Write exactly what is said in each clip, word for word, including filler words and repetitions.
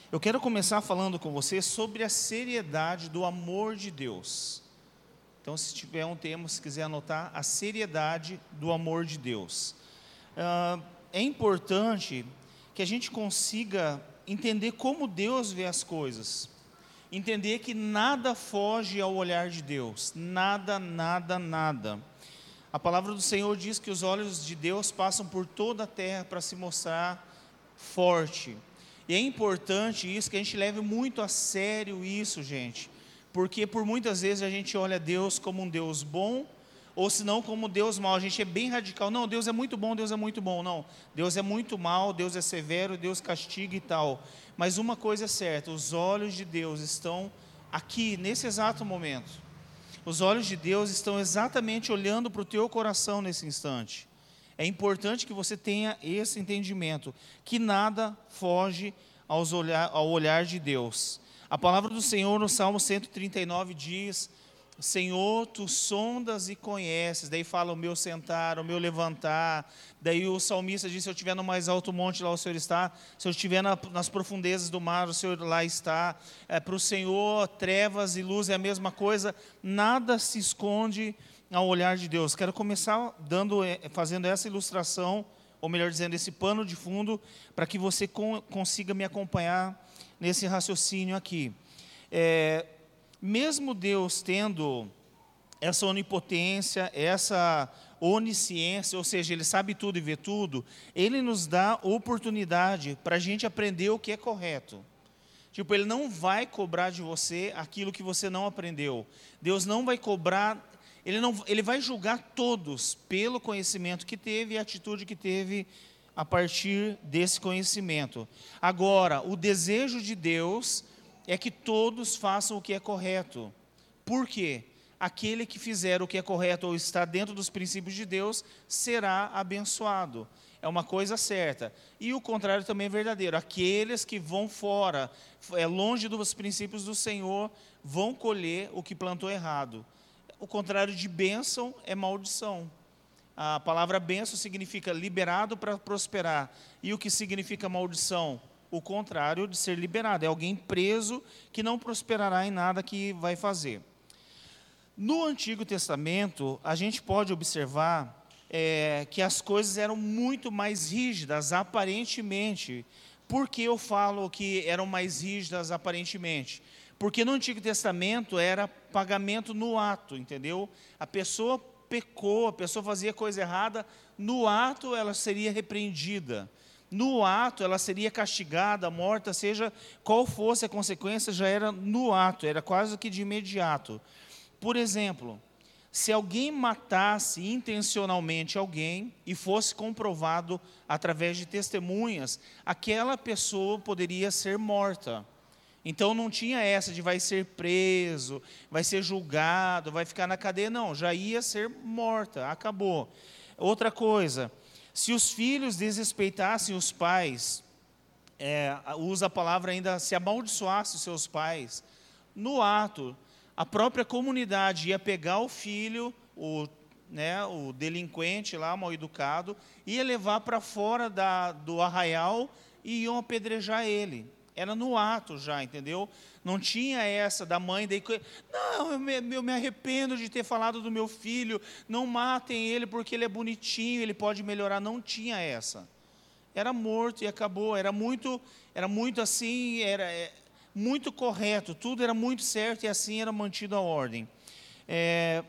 Eu quero começar falando com você sobre a seriedade do amor de Deus. Então, se tiver um tema, se quiser anotar, a seriedade do amor de Deus. Ah, é importante que a gente consiga entender como Deus vê as coisas. Entender que nada foge ao olhar de Deus. Nada, nada, nada. A palavra do Senhor diz que os olhos de Deus passam por toda a terra para se mostrar forte. E é importante isso, que a gente leve muito a sério isso, gente. Porque por muitas vezes a gente olha Deus como um Deus bom, ou se não como um Deus mau. A gente é bem radical. Não, Deus é muito bom, Deus é muito bom. Não, Deus é muito mau, Deus é severo, Deus castiga e tal. Mas uma coisa é certa, os olhos de Deus estão aqui, nesse exato momento. Os olhos de Deus estão exatamente olhando para o teu coração nesse instante. É importante que você tenha esse entendimento, que nada foge aos olhar, ao olhar de Deus. A palavra do Senhor no Salmo cento e trinta e nove diz: Senhor, tu sondas e conheces. Daí fala o meu sentar, o meu levantar. Daí o salmista diz: se eu estiver no mais alto monte, lá o Senhor está. Se eu estiver na, nas profundezas do mar, o Senhor lá está. É, para o Senhor, trevas e luz é a mesma coisa. Nada se esconde ao olhar de Deus. Quero começar dando, fazendo essa ilustração, ou melhor dizendo, esse pano de fundo, para que você con, consiga me acompanhar nesse raciocínio aqui. É, mesmo Deus tendo essa onipotência, essa onisciência, ou seja, Ele sabe tudo e vê tudo, Ele nos dá oportunidade para a gente aprender o que é correto. Tipo, Ele não vai cobrar de você aquilo que você não aprendeu. Deus não vai cobrar... Ele, não, ele vai julgar todos pelo conhecimento que teve e a atitude que teve a partir desse conhecimento. Agora, o desejo de Deus é que todos façam o que é correto. Por quê? Aquele que fizer o que é correto ou está dentro dos princípios de Deus será abençoado. É uma coisa certa. E o contrário também é verdadeiro. Aqueles que vão fora, é, longe dos princípios do Senhor, vão colher o que plantou errado. O contrário de bênção é maldição. A palavra bênção significa liberado para prosperar. E o que significa maldição? O contrário de ser liberado. É alguém preso que não prosperará em nada que vai fazer. No Antigo Testamento, a gente pode observar é, que as coisas eram muito mais rígidas, aparentemente. Por que eu falo que eram mais rígidas, aparentemente? Porque no Antigo Testamento era pagamento no ato, entendeu? A pessoa pecou, a pessoa fazia coisa errada, no ato ela seria repreendida. No ato ela seria castigada, morta, seja qual fosse a consequência, já era no ato, era quase que de imediato. Por exemplo, se alguém matasse intencionalmente alguém e fosse comprovado através de testemunhas, aquela pessoa poderia ser morta. Então não tinha essa de vai ser preso, vai ser julgado, vai ficar na cadeia, não, já ia ser morta, acabou. Outra coisa, se os filhos desrespeitassem os pais, é, usa a palavra ainda, se amaldiçoasse os seus pais, no ato, a própria comunidade ia pegar o filho, o, né, o delinquente lá, mal educado, ia levar para fora da, do arraial e iam apedrejar ele. Era no ato já, entendeu? Não tinha essa da mãe, daí, não, eu me, eu me arrependo de ter falado do meu filho, não matem ele porque ele é bonitinho, ele pode melhorar. Não tinha essa. Era morto e acabou. Era muito, era muito assim, era é, muito correto, tudo era muito certo e assim era mantido a ordem. É,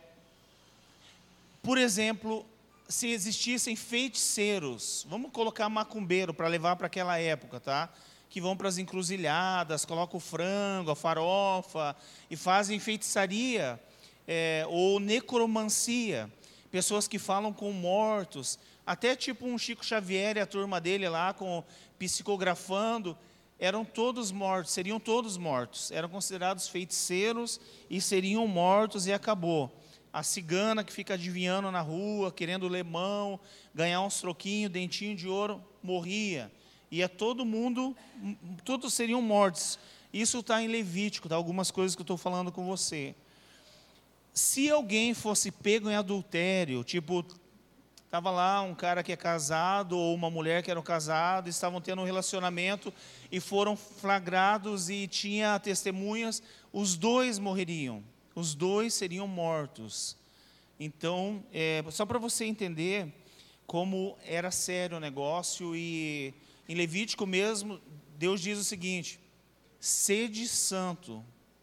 por exemplo, se existissem feiticeiros, vamos colocar macumbeiro para levar para aquela época, tá? Que vão para as encruzilhadas, colocam o frango, a farofa, e fazem feitiçaria, é, ou necromancia, pessoas que falam com mortos, até tipo um Chico Xavier e a turma dele lá, com, psicografando, eram todos mortos, seriam todos mortos, eram considerados feiticeiros e seriam mortos e acabou. A cigana que fica adivinhando na rua, querendo lemão, ganhar uns troquinhos, dentinho de ouro, morria. Ia todo mundo, todos seriam mortos. Isso está em Levítico, tá? Algumas coisas que eu estou falando com você. Se alguém fosse pego em adultério, tipo, Estava lá um cara que é casado ou uma mulher que eram casados, estavam tendo um relacionamento e foram flagrados e tinha testemunhas, os dois morreriam, os dois seriam mortos. Então, é, só para você entender como era sério o negócio, e em Levítico mesmo, Deus diz o seguinte: sede santo,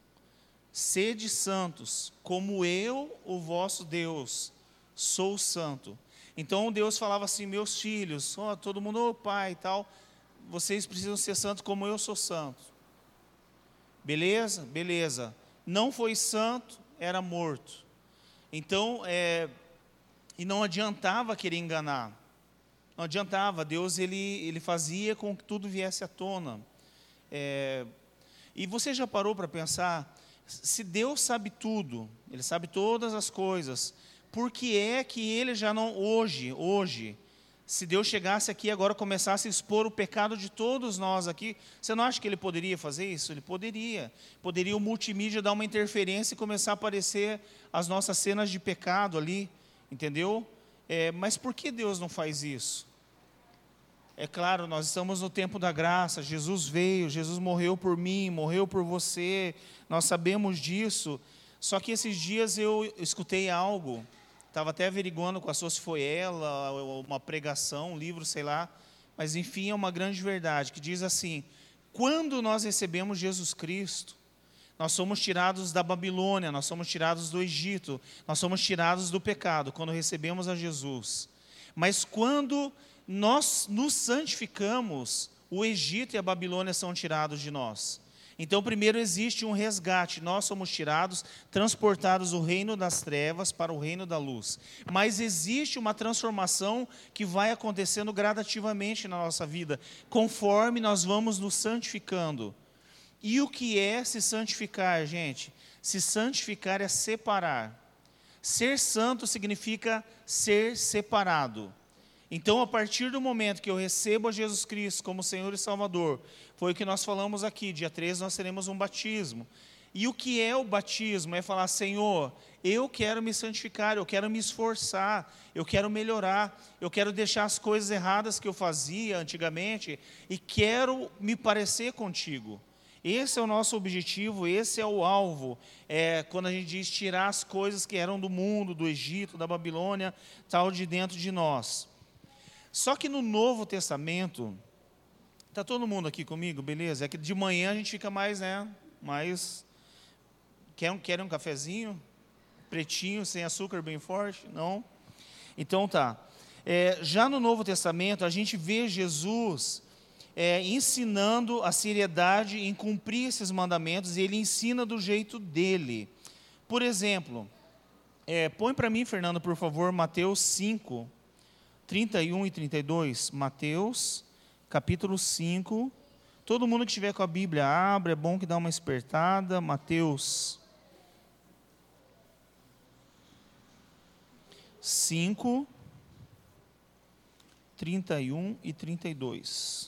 sede santos, como eu, o vosso Deus, sou santo. Então Deus falava assim: meus filhos, oh, todo mundo, ô oh, pai e tal, vocês precisam ser santos como eu sou santo. Beleza? Beleza. Não foi santo, era morto. Então, é, e não adiantava querer enganar. Não adiantava, Deus ele, ele fazia com que tudo viesse à tona. É, e você já parou para pensar, se Deus sabe tudo, Ele sabe todas as coisas, por que é que Ele já não, hoje, hoje, se Deus chegasse aqui agora e começasse a expor o pecado de todos nós aqui, você não acha que Ele poderia fazer isso? Ele poderia. Poderia o multimídia dar uma interferência e começar a aparecer as nossas cenas de pecado ali, entendeu? É, mas por que Deus não faz isso? É claro, nós estamos no tempo da graça, Jesus veio, Jesus morreu por mim, morreu por você, nós sabemos disso. Só que esses dias eu escutei algo, estava até averiguando com a sua se foi ela, uma pregação, um livro, sei lá, mas enfim, é uma grande verdade, que diz assim: quando nós recebemos Jesus Cristo, nós somos tirados da Babilônia, nós somos tirados do Egito, nós somos tirados do pecado, quando recebemos a Jesus. Mas quando nós nos santificamos, o Egito e a Babilônia são tirados de nós. Então, primeiro existe um resgate, nós somos tirados, transportados do reino das trevas para o reino da luz. Mas existe uma transformação que vai acontecendo gradativamente na nossa vida, conforme nós vamos nos santificando. E o que é se santificar, gente? Se santificar é separar. Ser santo significa ser separado. Então, a partir do momento que eu recebo a Jesus Cristo como Senhor e Salvador, foi o que nós falamos aqui, dia treze nós teremos um batismo. E o que é o batismo? É falar: Senhor, eu quero me santificar, eu quero me esforçar, eu quero melhorar, eu quero deixar as coisas erradas que eu fazia antigamente e quero me parecer contigo. Esse é o nosso objetivo, esse é o alvo, é, quando a gente diz tirar as coisas que eram do mundo, do Egito, da Babilônia, tal, de dentro de nós. Só que no Novo Testamento, está todo mundo aqui comigo, beleza? É que de manhã a gente fica mais, né, mais, querem, querem um cafezinho? Pretinho, sem açúcar, bem forte? Não? Então tá. É, já no Novo Testamento, a gente vê Jesus é, ensinando a seriedade em cumprir esses mandamentos, e Ele ensina do jeito dele. Por exemplo, é, põe para mim, Fernando, por favor, Mateus cinco, trinta e um e trinta e dois, Mateus, capítulo cinco, todo mundo que estiver com a Bíblia, abre, é bom que dá uma espertada, Mateus cinco, trinta e um e trinta e dois.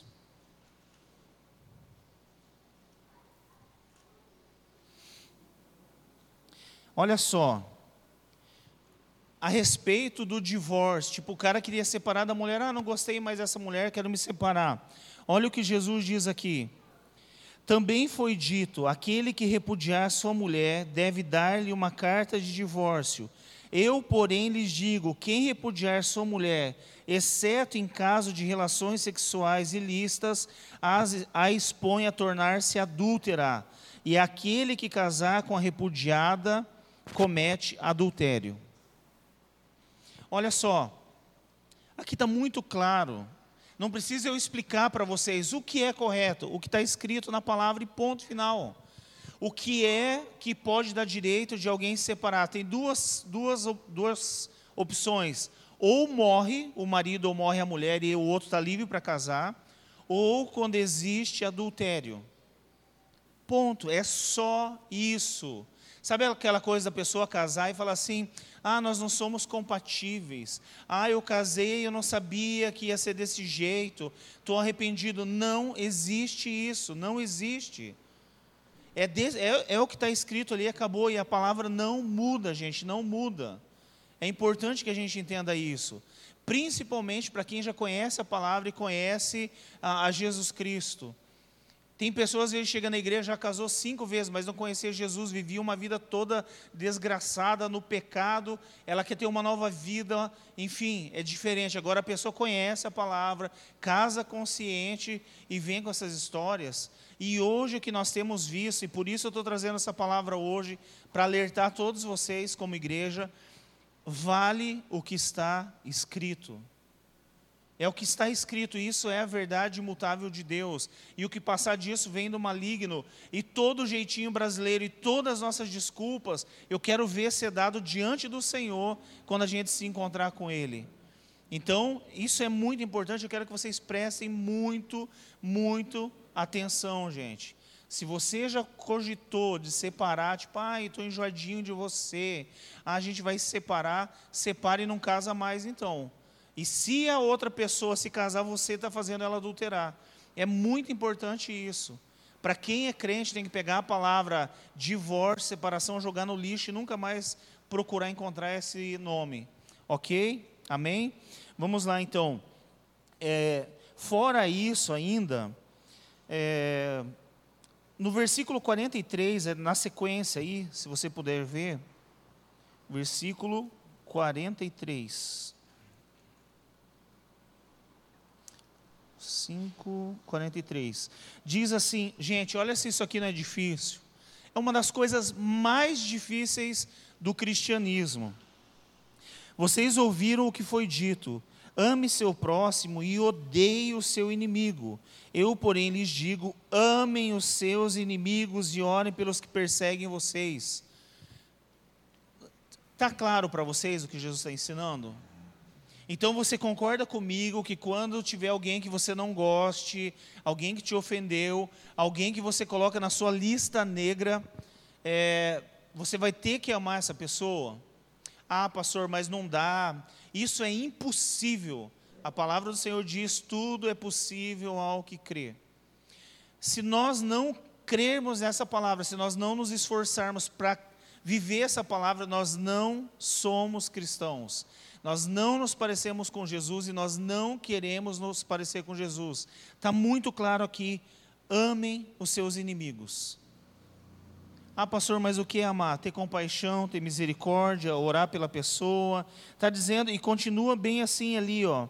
Olha só, a respeito do divórcio, tipo, o cara queria separar da mulher, ah, não gostei mais dessa mulher, quero me separar. Olha o que Jesus diz aqui: também foi dito, aquele que repudiar sua mulher deve dar-lhe uma carta de divórcio. Eu, porém, lhes digo, quem repudiar sua mulher, exceto em caso de relações sexuais ilícitas, a expõe a tornar-se adúltera, e aquele que casar com a repudiada comete adultério. Olha só, aqui está muito claro, não precisa eu explicar para vocês o que é correto, o que está escrito na palavra e ponto final. O que é que pode dar direito de alguém se separar? Tem duas, duas, duas opções: ou morre o marido ou morre a mulher e o outro está livre para casar, ou quando existe adultério. Ponto, é só isso. Sabe aquela coisa da pessoa casar e falar assim: ah, nós não somos compatíveis, ah, eu casei e eu não sabia que ia ser desse jeito, estou arrependido. Não existe isso, não existe. É, de, é, é o que está escrito ali, acabou, e a palavra não muda, gente, não muda. É importante que a gente entenda isso, principalmente para quem já conhece a palavra e conhece a, a Jesus Cristo. Tem pessoas, às vezes, chega na igreja, já casou cinco vezes, mas não conhecia Jesus, vivia uma vida toda desgraçada no pecado, ela quer ter uma nova vida, enfim, é diferente. Agora a pessoa conhece a palavra, casa consciente e vem com essas histórias. E hoje o que nós temos visto, e por isso eu estou trazendo essa palavra hoje, para alertar todos vocês como igreja, vale o que está escrito. É o que está escrito, isso é a verdade imutável de Deus. E o que passar disso vem do maligno. E todo jeitinho brasileiro e todas as nossas desculpas, eu quero ver ser dado diante do Senhor quando a gente se encontrar com Ele. Então, isso é muito importante, eu quero que vocês prestem muito, muito atenção, gente. Se você já cogitou de separar, tipo, ah, estou enjoadinho de você, ah, a gente vai se separar, separe e não casa mais então. E se a outra pessoa se casar, você está fazendo ela adulterar. É muito importante isso. Para quem é crente, tem que pegar a palavra divórcio, separação, jogar no lixo e nunca mais procurar encontrar esse nome. Ok? Amém? Vamos lá então. É, fora isso ainda, é, no versículo quarenta e três, é, na sequência aí, se você puder ver, versículo quarenta e três. cinco, quarenta e três. Diz assim, gente, olha se isso aqui não é difícil. É uma das coisas mais difíceis do cristianismo. Vocês ouviram o que foi dito: ame seu próximo e odeie o seu inimigo. Eu, porém, lhes digo: amem os seus inimigos e orem pelos que perseguem vocês. Está claro para vocês o que Jesus está ensinando? Então você concorda comigo que quando tiver alguém que você não goste, alguém que te ofendeu, alguém que você coloca na sua lista negra, é, você vai ter que amar essa pessoa? Ah, pastor, mas não dá. Isso é impossível. A palavra do Senhor diz: tudo é possível ao que crê. Se nós não crermos nessa palavra, se nós não nos esforçarmos para viver essa palavra, nós não somos cristãos. Nós não nos parecemos com Jesus e nós não queremos nos parecer com Jesus. Está muito claro aqui: amem os seus inimigos. Ah, pastor, mas o que é amar? Ter compaixão, ter misericórdia, orar pela pessoa. Está dizendo, e continua bem assim ali, ó.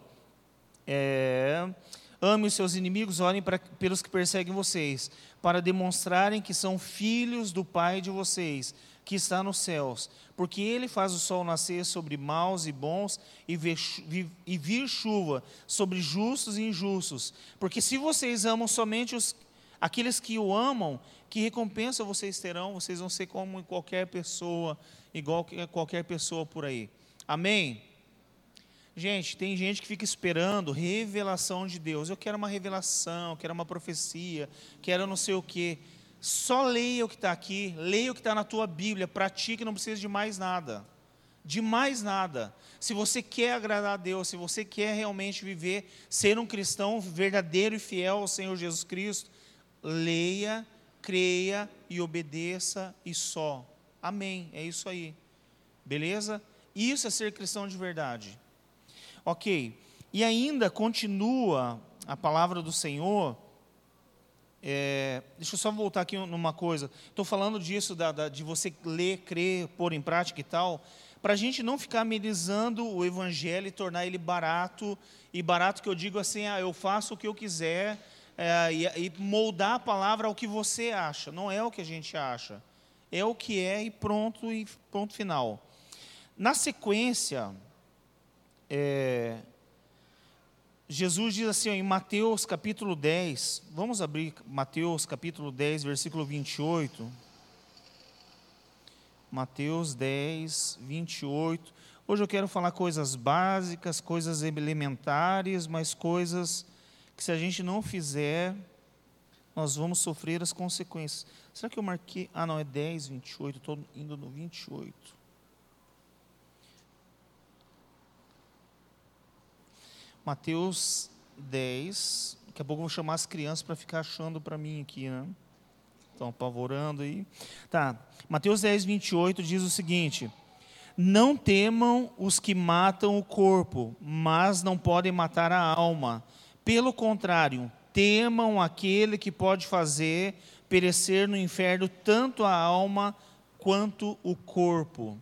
É, ame os seus inimigos, orem para, pelos que perseguem vocês, para demonstrarem que são filhos do Pai de vocês, que está nos céus, porque Ele faz o sol nascer sobre maus e bons, e, ver, e vir chuva sobre justos e injustos. Porque se vocês amam somente os, aqueles que o amam, que recompensa vocês terão? Vocês vão ser como qualquer pessoa, igual que qualquer pessoa por aí. Amém? Gente, tem gente que fica esperando revelação de Deus. Eu quero uma revelação, eu quero uma profecia, quero não sei o quê. Só leia o que está aqui, leia o que está na tua Bíblia, pratique, não precisa de mais nada, de mais nada. Se você quer agradar a Deus, se você quer realmente viver, ser um cristão verdadeiro e fiel ao Senhor Jesus Cristo, leia, creia e obedeça e só. Amém, é isso aí, beleza? Isso é ser cristão de verdade. Ok, e ainda continua a palavra do Senhor. É, deixa eu só voltar aqui numa coisa. Estou falando disso, da, da, de você ler, crer, pôr em prática e tal, para a gente não ficar amenizando o Evangelho e tornar ele barato, e barato que eu digo assim, ah, eu faço o que eu quiser, é, e, e moldar a palavra ao que você acha. Não é o que a gente acha, é o que é e pronto, e ponto final. Na sequência, é, Jesus diz assim, ó, em Mateus capítulo dez, vamos abrir Mateus capítulo dez, versículo vinte e oito. Mateus dez, vinte e oito. Hoje eu quero falar coisas básicas, coisas elementares, mas coisas que se a gente não fizer, nós vamos sofrer as consequências. Será que eu marquei? Ah, não, é dez, vinte e oito, estou indo no vinte e oito. Mateus dez, daqui a pouco eu vou chamar as crianças para ficar achando para mim aqui, né? Estão apavorando aí. Tá, Mateus dez, vinte e oito diz o seguinte: não temam os que matam o corpo, mas não podem matar a alma. Pelo contrário, temam aquele que pode fazer perecer no inferno tanto a alma quanto o corpo.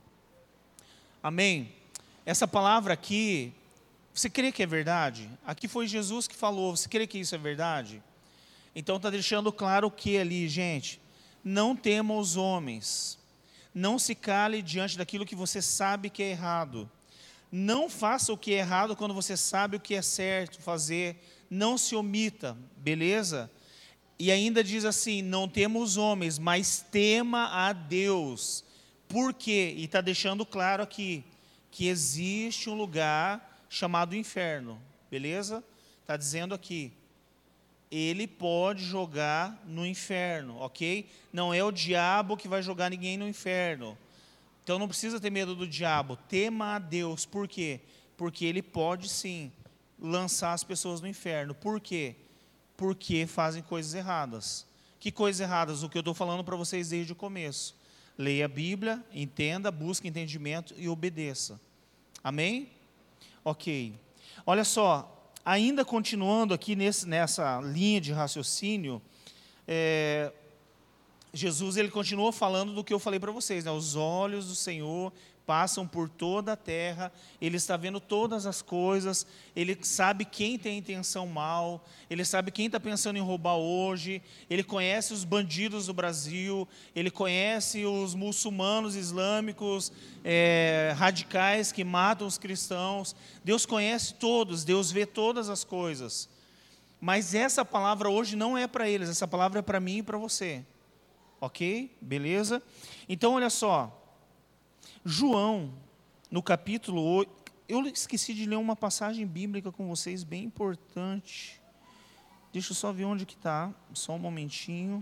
Amém? Essa palavra aqui, você crê que é verdade? Aqui foi Jesus que falou, você crê que isso é verdade? Então está deixando claro o que ali, gente? Não tema os homens, não se cale diante daquilo que você sabe que é errado. Não faça o que é errado quando você sabe o que é certo fazer, não se omita, beleza? E ainda diz assim, não tema os homens, mas tema a Deus. Por quê? E está deixando claro aqui, que existe um lugar chamado inferno, beleza? Está dizendo aqui, ele pode jogar no inferno, ok? Não é o diabo que vai jogar ninguém no inferno. Então não precisa ter medo do diabo, tema a Deus. Por quê? Porque ele pode sim lançar as pessoas no inferno. Por quê? Porque fazem coisas erradas. Que coisas erradas? O que eu estou falando para vocês desde o começo. Leia a Bíblia, entenda, busque entendimento e obedeça. Amém? Ok. Olha só, ainda continuando aqui nesse, nessa linha de raciocínio, é, Jesus ele continua falando do que eu falei para vocês, né? Os olhos do Senhor passam por toda a terra, Ele está vendo todas as coisas, Ele sabe quem tem intenção mal, Ele sabe quem está pensando em roubar hoje, Ele conhece os bandidos do Brasil, Ele conhece os muçulmanos islâmicos, é, radicais que matam os cristãos. Deus conhece todos, Deus vê todas as coisas. Mas essa palavra hoje não é para eles, essa palavra é para mim e para você. Ok? Beleza? Então, olha só. João, no capítulo oito, eu esqueci de ler uma passagem bíblica com vocês, bem importante. Deixa eu só ver onde que está, só um momentinho.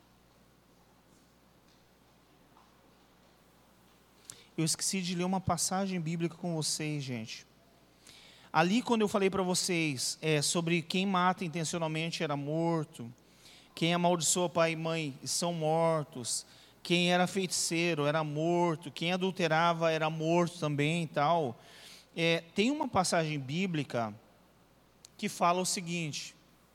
Eu esqueci de ler uma passagem bíblica com vocês, gente. Ali, quando eu falei para vocês é, sobre quem mata intencionalmente era morto, quem amaldiçoa pai e mãe são mortos, quem era feiticeiro era morto, quem adulterava era morto também e tal. É, tem uma passagem bíblica que fala o seguinte: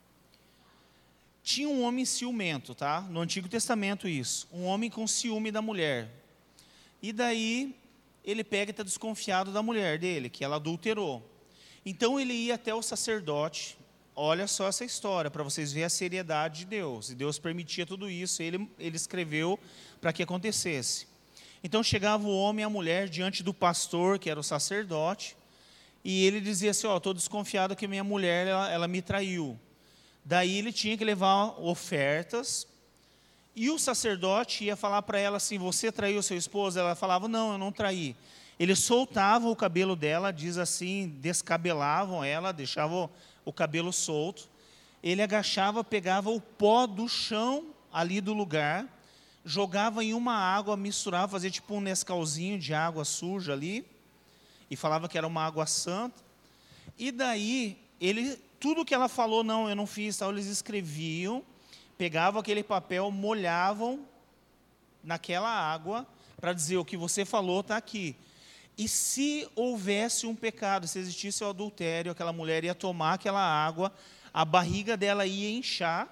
tinha um homem ciumento, tá? No Antigo Testamento isso, um homem com ciúme da mulher. E daí ele pega e está desconfiado da mulher dele, que ela adulterou. Então ele ia até o sacerdote. Olha só essa história, para vocês verem a seriedade de Deus. E Deus permitia tudo isso, ele, ele escreveu para que acontecesse. Então chegava o homem e a mulher diante do pastor, que era o sacerdote, e ele dizia assim, ó, estou desconfiado que minha mulher, ela, ela me traiu. Daí ele tinha que levar ofertas, e o sacerdote ia falar para ela assim, você traiu seu esposo? Ela falava, não, eu não traí. Ele soltava o cabelo dela, diz assim, descabelavam ela, deixavam o cabelo solto. Ele agachava, pegava o pó do chão ali do lugar, jogava em uma água, misturava, fazia tipo um nescauzinho de água suja ali, e falava que era uma água santa. E daí, ele, tudo que ela falou, não, eu não fiz, tal, eles escreviam, pegavam aquele papel, molhavam naquela água, para dizer, o que você falou está aqui. E se houvesse um pecado, se existisse o adultério, aquela mulher ia tomar aquela água, a barriga dela ia inchar,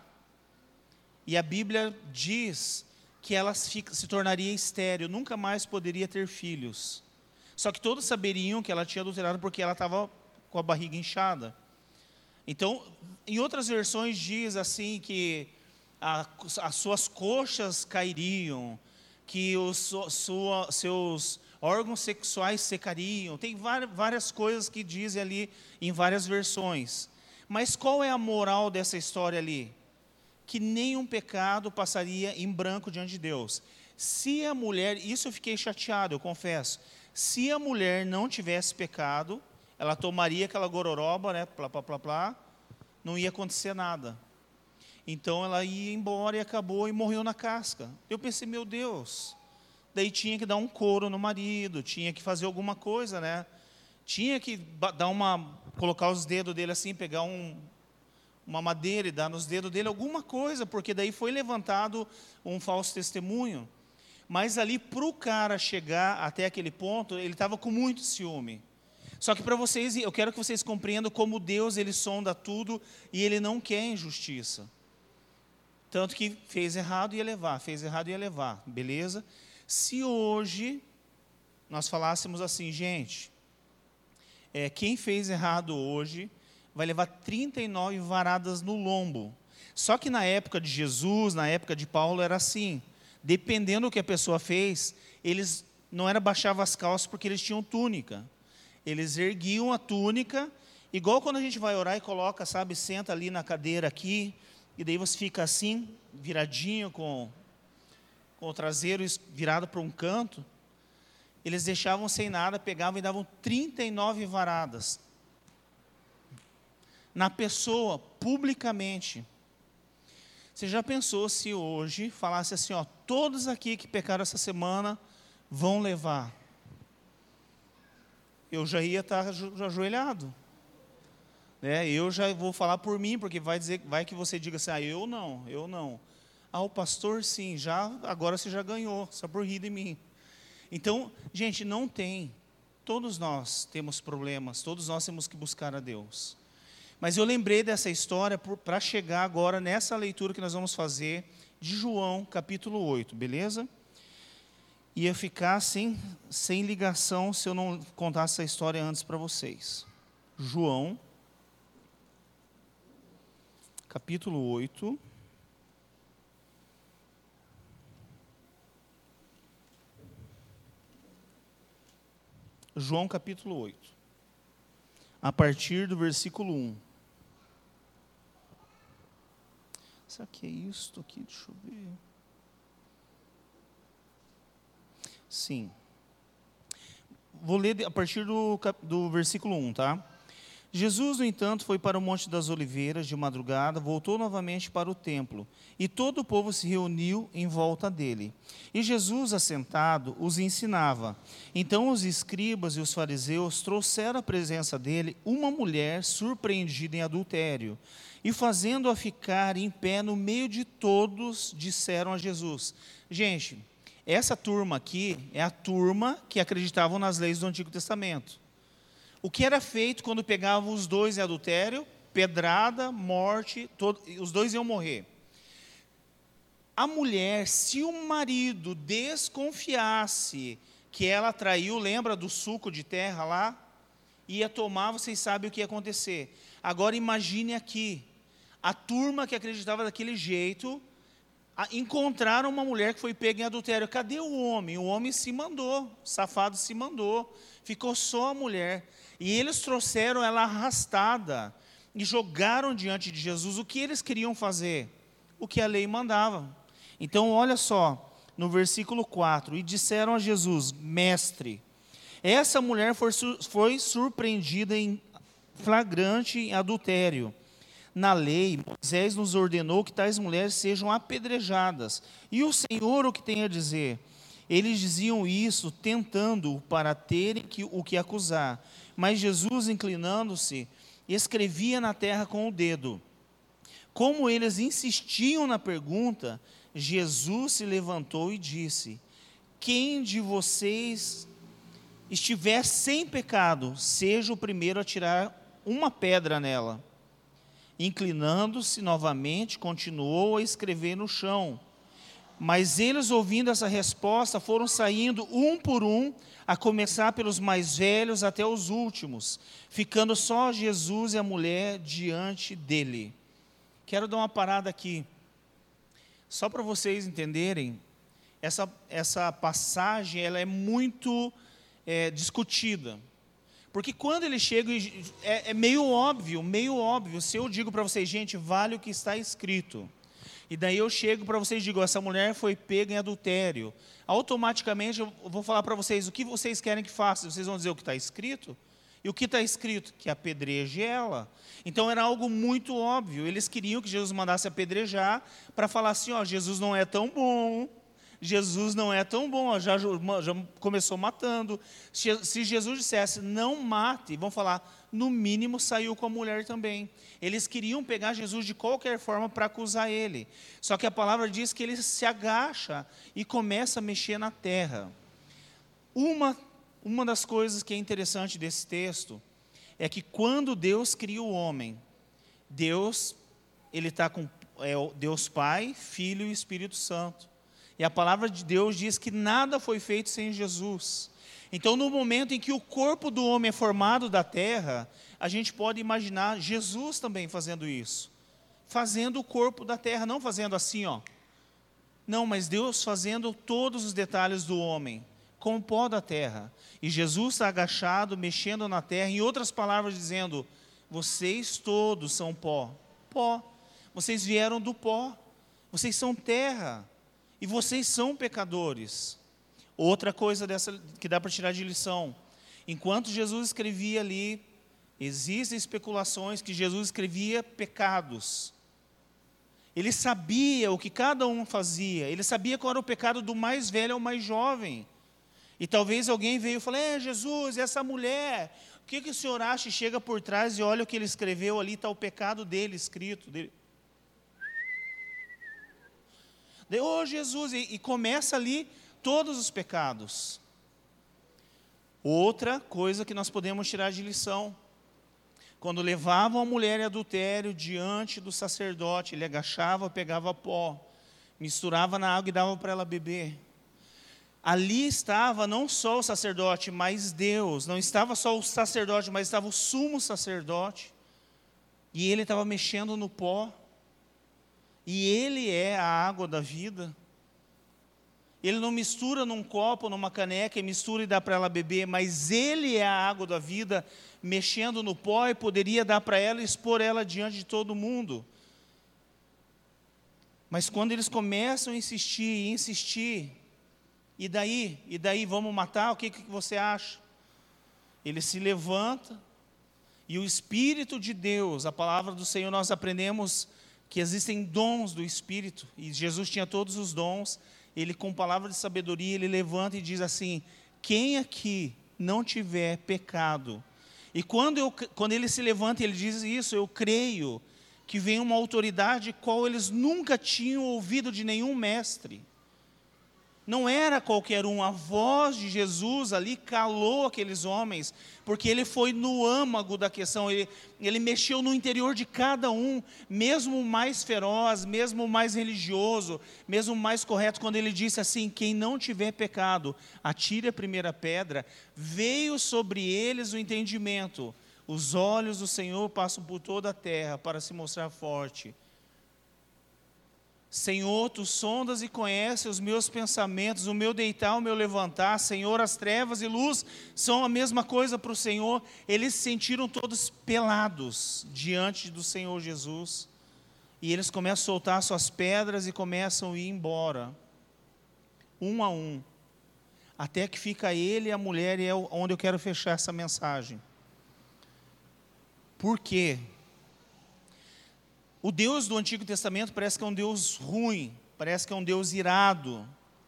e a Bíblia diz que ela se tornaria estéril, nunca mais poderia ter filhos. Só que todos saberiam que ela tinha adulterado porque ela estava com a barriga inchada. Então, em outras versões diz assim que a, as suas coxas cairiam, que os sua, seus órgãos sexuais secariam. Tem várias coisas que dizem ali em várias versões. Mas qual é a moral dessa história ali? Que nenhum pecado passaria em branco diante de Deus. Se a mulher, isso eu fiquei chateado, eu confesso. Se a mulher não tivesse pecado, ela tomaria aquela gororoba, né, plá, plá, plá, plá, não ia acontecer nada. Então ela ia embora e acabou e morreu na casca. Eu pensei, meu Deus, daí tinha que dar um couro no marido, tinha que fazer alguma coisa, né? Tinha que dar uma, colocar os dedos dele assim, pegar um, uma madeira e dar nos dedos dele alguma coisa, porque daí foi levantado um falso testemunho. Mas ali, para o cara chegar até aquele ponto, ele estava com muito ciúme. Só que para vocês, eu quero que vocês compreendam como Deus, Ele sonda tudo e Ele não quer injustiça. Tanto que fez errado e ia levar, fez errado e ia levar, beleza? Se hoje nós falássemos assim, gente, é, quem fez errado hoje vai levar trinta e nove varadas no lombo. Só que na época de Jesus, na época de Paulo, era assim. Dependendo do que a pessoa fez, eles não era baixavam as calças porque eles tinham túnica. Eles erguiam a túnica, igual quando a gente vai orar e coloca, sabe, senta ali na cadeira aqui, e daí você fica assim, viradinho, com, com o traseiro virado para um canto. Eles deixavam sem nada, pegavam e davam trinta e nove varadas. Na pessoa, publicamente. Você já pensou se hoje falasse assim, ó, todos aqui que pecaram essa semana vão levar? Eu já ia estar ajoelhado. Né? Eu já vou falar por mim, porque vai dizer, vai que você diga assim, ah, eu não, eu não. Ah, o pastor sim, já, agora você já ganhou, só por rir de mim. Então, gente, não tem. Todos nós temos problemas, todos nós temos que buscar a Deus. Mas eu lembrei dessa história para chegar agora nessa leitura que nós vamos fazer de João, capítulo oito, beleza? Ia ficar sem, sem ligação se eu não contasse essa história antes para vocês. João, capítulo oito. João, capítulo oito. A partir do versículo um. Será que é isto aqui? Deixa eu ver. Sim. Vou ler a partir do, do versículo um, tá? Jesus, no entanto, foi para o Monte das Oliveiras de madrugada, voltou novamente para o templo, e todo o povo se reuniu em volta dele. E Jesus, assentado, os ensinava. Então os escribas e os fariseus trouxeram à presença dele uma mulher surpreendida em adultério, e fazendo-a ficar em pé no meio de todos, disseram a Jesus. Gente, essa turma aqui é a turma que acreditavam nas leis do Antigo Testamento. O que era feito quando pegavam os dois em adultério? Pedrada, morte, todo, os dois iam morrer. A mulher, se o marido desconfiasse que ela traiu, lembra do suco de terra lá? Ia tomar, vocês sabem o que ia acontecer. Agora imagine aqui, a turma que acreditava daquele jeito, encontraram uma mulher que foi pega em adultério. Cadê o homem? O homem se mandou, o safado se mandou, ficou só a mulher. E eles trouxeram ela arrastada e jogaram diante de Jesus. O que eles queriam fazer? O que a lei mandava. Então, olha só, no versículo quatro, e disseram a Jesus, mestre, essa mulher foi, foi surpreendida em flagrante em adultério. Na lei, Moisés nos ordenou que tais mulheres sejam apedrejadas. E o Senhor o que tem a dizer? Eles diziam isso, tentando-o para terem que, o que acusar. Mas Jesus, inclinando-se, escrevia na terra com o dedo. Como eles insistiam na pergunta, Jesus se levantou e disse, quem de vocês estiver sem pecado, seja o primeiro a tirar uma pedra nela. Inclinando-se novamente, continuou a escrever no chão. Mas eles, ouvindo essa resposta, foram saindo um por um, a começar pelos mais velhos até os últimos, ficando só Jesus e a mulher diante dele. Quero dar uma parada aqui, só para vocês entenderem, essa, essa passagem ela é muito é, discutida. Porque quando ele chega, é, é meio óbvio, meio óbvio, se eu digo para vocês, gente, vale o que está escrito. E daí eu chego para vocês e digo, essa mulher foi pega em adultério. Automaticamente eu vou falar para vocês, o que vocês querem que faça? Vocês vão dizer o que está escrito? E o que está escrito? Que apedreje ela. Então era algo muito óbvio. Eles queriam que Jesus mandasse apedrejar para falar assim, ó, Jesus não é tão bom, Jesus não é tão bom, já, já começou matando. Se Jesus dissesse, não mate, vão falar, no mínimo saiu com a mulher também. Eles queriam pegar Jesus de qualquer forma para acusar ele. Só que a palavra diz que ele se agacha e começa a mexer na terra. Uma, uma das coisas que é interessante desse texto é que quando Deus cria o homem, Deus, ele está com é, Deus Pai, Filho e Espírito Santo. E a palavra de Deus diz que nada foi feito sem Jesus. Então, no momento em que o corpo do homem é formado da terra, a gente pode imaginar Jesus também fazendo isso. Fazendo o corpo da terra, não fazendo assim, ó. Não, mas Deus fazendo todos os detalhes do homem, com o pó da terra. E Jesus está agachado, mexendo na terra, em outras palavras dizendo, vocês todos são pó. Pó. Vocês vieram do pó. Vocês são terra. E vocês são pecadores. Outra coisa dessa, que dá para tirar de lição. Enquanto Jesus escrevia ali, existem especulações que Jesus escrevia pecados. Ele sabia o que cada um fazia. Ele sabia qual era o pecado do mais velho ao mais jovem. E talvez alguém veio e falou, é Jesus, essa mulher, o que, que o senhor acha? E chega por trás e olha o que ele escreveu ali, está o pecado dele escrito. Dele. Ô oh, Jesus, e, e começa ali todos os pecados. Outra coisa que nós podemos tirar de lição. Quando levavam a mulher em adultério diante do sacerdote, ele agachava, pegava pó, misturava na água e dava para ela beber. Ali estava não só o sacerdote, mas Deus. Não estava só o sacerdote, mas estava o sumo sacerdote. E ele estava mexendo no pó. E ele é a água da vida. Ele não mistura num copo, numa caneca, e mistura e dá para ela beber, mas ele é a água da vida, mexendo no pó, e poderia dar para ela e expor ela diante de todo mundo. Mas quando eles começam a insistir e insistir, e daí? E daí, vamos matar? O que, que você acha? Ele se levanta, e o Espírito de Deus, a palavra do Senhor, nós aprendemos que existem dons do Espírito, e Jesus tinha todos os dons. Ele, com palavra de sabedoria, ele levanta e diz assim, quem aqui não tiver pecado? E quando, eu, quando ele se levanta e ele diz isso, eu creio que vem uma autoridade qual eles nunca tinham ouvido de nenhum mestre. Não era qualquer um, a voz de Jesus ali calou aqueles homens, porque ele foi no âmago da questão, ele, ele mexeu no interior de cada um, mesmo o mais feroz, mesmo o mais religioso, mesmo o mais correto, quando ele disse assim, quem não tiver pecado, atire a primeira pedra, veio sobre eles o entendimento, os olhos do Senhor passam por toda a terra para se mostrar forte. Senhor, tu sondas e conheces os meus pensamentos, o meu deitar, o meu levantar. Senhor, as trevas e luz são a mesma coisa para o Senhor. Eles se sentiram todos pelados diante do Senhor Jesus. E eles começam a soltar suas pedras e começam a ir embora, um a um. Até que fica ele e a mulher, e é onde eu quero fechar essa mensagem. Por quê? O Deus do Antigo Testamento parece que é um Deus ruim, parece que é um Deus irado.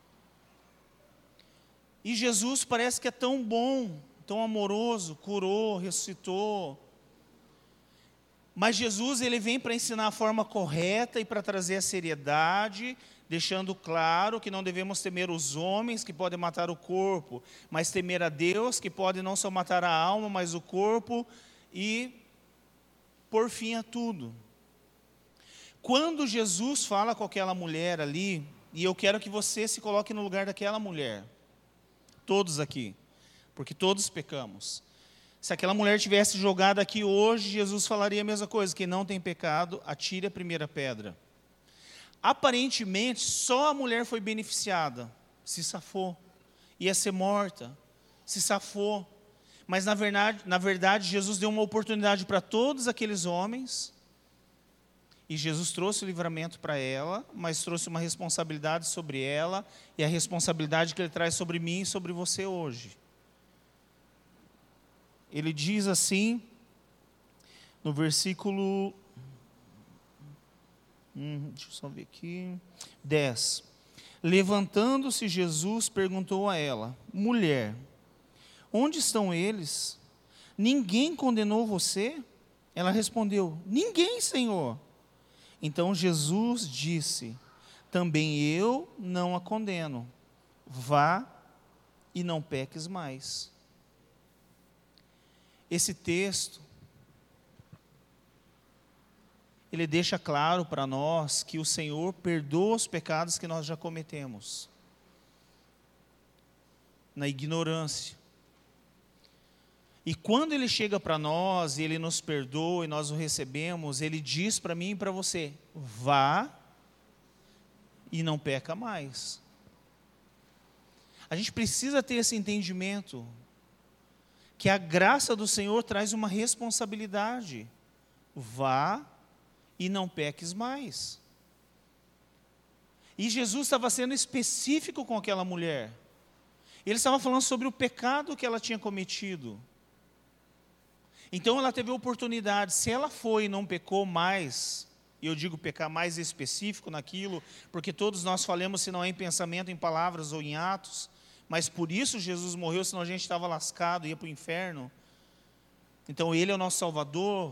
E Jesus parece que é tão bom, tão amoroso, curou, ressuscitou. Mas Jesus, ele vem para ensinar a forma correta e para trazer a seriedade, deixando claro que não devemos temer os homens que podem matar o corpo, mas temer a Deus que pode não só matar a alma, mas o corpo e por fim a tudo. Quando Jesus fala com aquela mulher ali, e eu quero que você se coloque no lugar daquela mulher, todos aqui, porque todos pecamos. Se aquela mulher tivesse jogado aqui hoje, Jesus falaria a mesma coisa, quem não tem pecado, atire a primeira pedra. Aparentemente, só a mulher foi beneficiada, se safou, ia ser morta, se safou. Mas na verdade, na verdade Jesus deu uma oportunidade para todos aqueles homens, e Jesus trouxe o livramento para ela, mas trouxe uma responsabilidade sobre ela, e a responsabilidade que Ele traz sobre mim e sobre você hoje. Ele diz assim, no versículo, hum, deixa eu só ver aqui, dez. Levantando-se Jesus perguntou a ela: mulher, onde estão eles? Ninguém condenou você? Ela respondeu: ninguém, Senhor. Então Jesus disse: também eu não a condeno. Vá e não peques mais. Esse texto, ele deixa claro para nós que o Senhor perdoa os pecados que nós já cometemos, na ignorância. E quando Ele chega para nós, e Ele nos perdoa, e nós o recebemos, Ele diz para mim e para você: vá e não peca mais. A gente precisa ter esse entendimento, que a graça do Senhor traz uma responsabilidade. Vá e não peques mais. E Jesus estava sendo específico com aquela mulher. Ele estava falando sobre o pecado que ela tinha cometido. Então ela teve a oportunidade, se ela foi e não pecou mais, e eu digo pecar mais específico naquilo, porque todos nós falamos, se não é em pensamento, em palavras ou em atos, mas por isso Jesus morreu, senão a gente estava lascado, ia para o inferno. Então Ele é o nosso Salvador.